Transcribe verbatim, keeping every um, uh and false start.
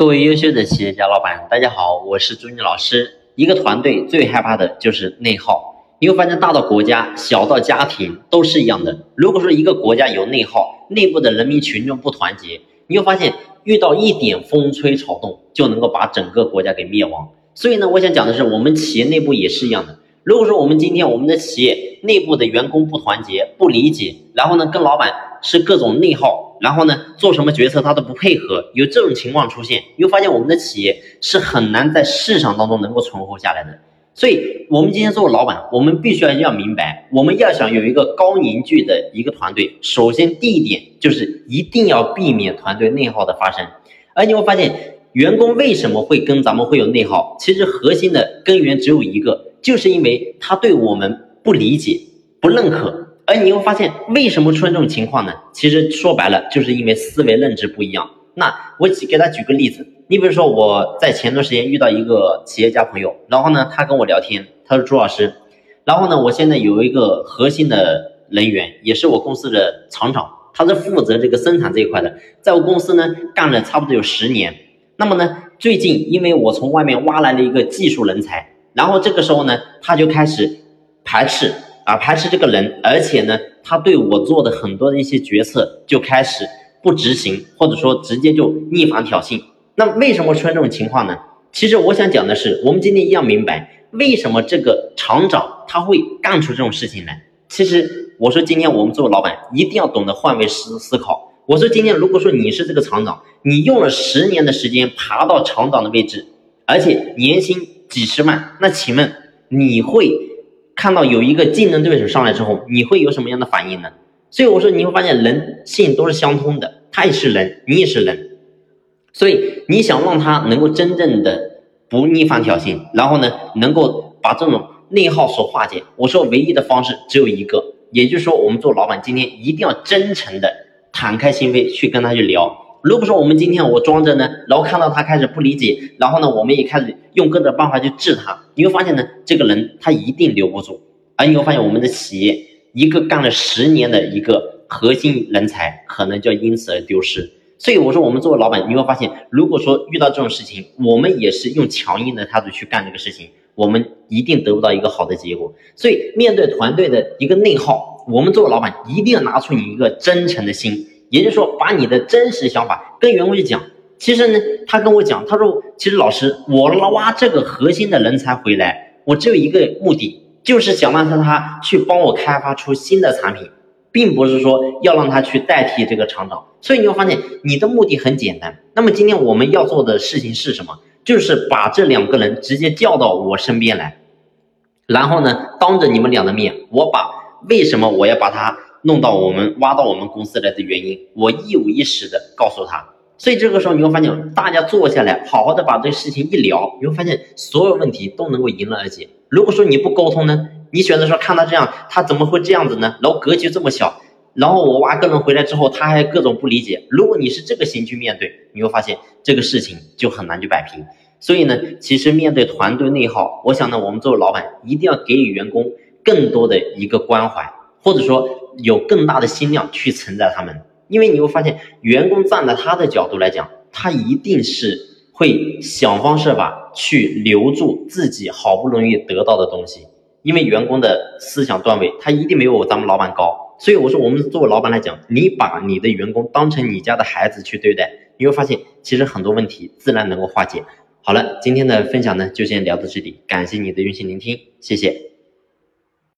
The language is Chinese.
各位优秀的企业家老板，大家好，我是朱妮老师。一个团队最害怕的就是内耗。你会发现，大到国家，小到家庭都是一样的。如果说一个国家有内耗，内部的人民群众不团结，你会发现遇到一点风吹草动，就能够把整个国家给灭亡。所以呢，我想讲的是，我们企业内部也是一样的。如果说我们今天我们的企业内部的员工不团结、不理解，然后呢跟老板是各种内耗，然后呢做什么决策他都不配合，有这种情况出现，你会发现我们的企业是很难在市场当中能够存活下来的。所以我们今天作为老板，我们必须要要明白，我们要想有一个高凝聚的一个团队，首先第一点就是一定要避免团队内耗的发生。而你会发现员工为什么会跟咱们会有内耗，其实核心的根源只有一个，就是因为他对我们不理解、不认可。而你会发现为什么出现这种情况呢？其实说白了就是因为思维认知不一样。那我给他举个例子，你比如说我在前段时间遇到一个企业家朋友，然后呢他跟我聊天，他说朱老师，然后呢我现在有一个核心的人员，也是我公司的厂长，他是负责这个生产这一块的，在我公司呢干了差不多有十年。那么呢最近因为我从外面挖来了一个技术人才，然后这个时候呢他就开始排斥啊排斥这个人，而且呢他对我做的很多的一些决策就开始不执行，或者说直接就逆反挑衅。那为什么出现这种情况呢？其实我想讲的是，我们今天要明白为什么这个厂长他会干出这种事情来。其实我说今天我们作为老板一定要懂得换位思思考。我说今天如果说你是这个厂长，你用了十年的时间爬到厂长的位置，而且年薪几十万，那请问你会看到有一个竞争对手上来之后，你会有什么样的反应呢？所以我说你会发现人性都是相通的，他也是人，你也是人。所以你想让他能够真正的不逆反挑衅，然后呢能够把这种内耗所化解，我说唯一的方式只有一个，也就是说我们做老板今天一定要真诚的敞开心扉去跟他去聊。如果说我们今天我装着呢，然后看到他开始不理解，然后呢我们也开始用各种办法去治他，你会发现呢这个人他一定留不住。而你会发现我们的企业一个干了十年的一个核心人才可能就因此而丢失。所以我说我们作为老板，你会发现如果说遇到这种事情，我们也是用强硬的态度去干这个事情，我们一定得不到一个好的结果。所以面对团队的一个内耗，我们作为老板一定要拿出你一个真诚的心，也就是说把你的真实想法跟员工去讲。其实呢他跟我讲，他说其实老师，我挖这个核心的人才回来，我只有一个目的，就是想让他去帮我开发出新的产品，并不是说要让他去代替这个厂长。所以你会发现你的目的很简单。那么今天我们要做的事情是什么？就是把这两个人直接叫到我身边来，然后呢当着你们俩的面，我把为什么我要把他弄到我们挖到我们公司来的原因，我一五一十的告诉他。所以这个时候你会发现大家坐下来好好的把这个事情一聊，你会发现所有问题都能够迎刃而解。如果说你不沟通呢，你选择说看他这样，他怎么会这样子呢？然后格局这么小，然后我挖个人回来之后他还各种不理解，如果你是这个心去面对，你会发现这个事情就很难去摆平。所以呢其实面对团队内耗，我想呢我们作为老板一定要给予员工更多的一个关怀，或者说有更大的心量去承载他们。因为你会发现员工站在他的角度来讲，他一定是会想方设法去留住自己好不容易得到的东西，因为员工的思想段位他一定没有咱们老板高。所以我说我们作为老板来讲，你把你的员工当成你家的孩子去对待，你会发现其实很多问题自然能够化解。好了，今天的分享呢就先聊到这里，感谢你的用心聆听，谢谢。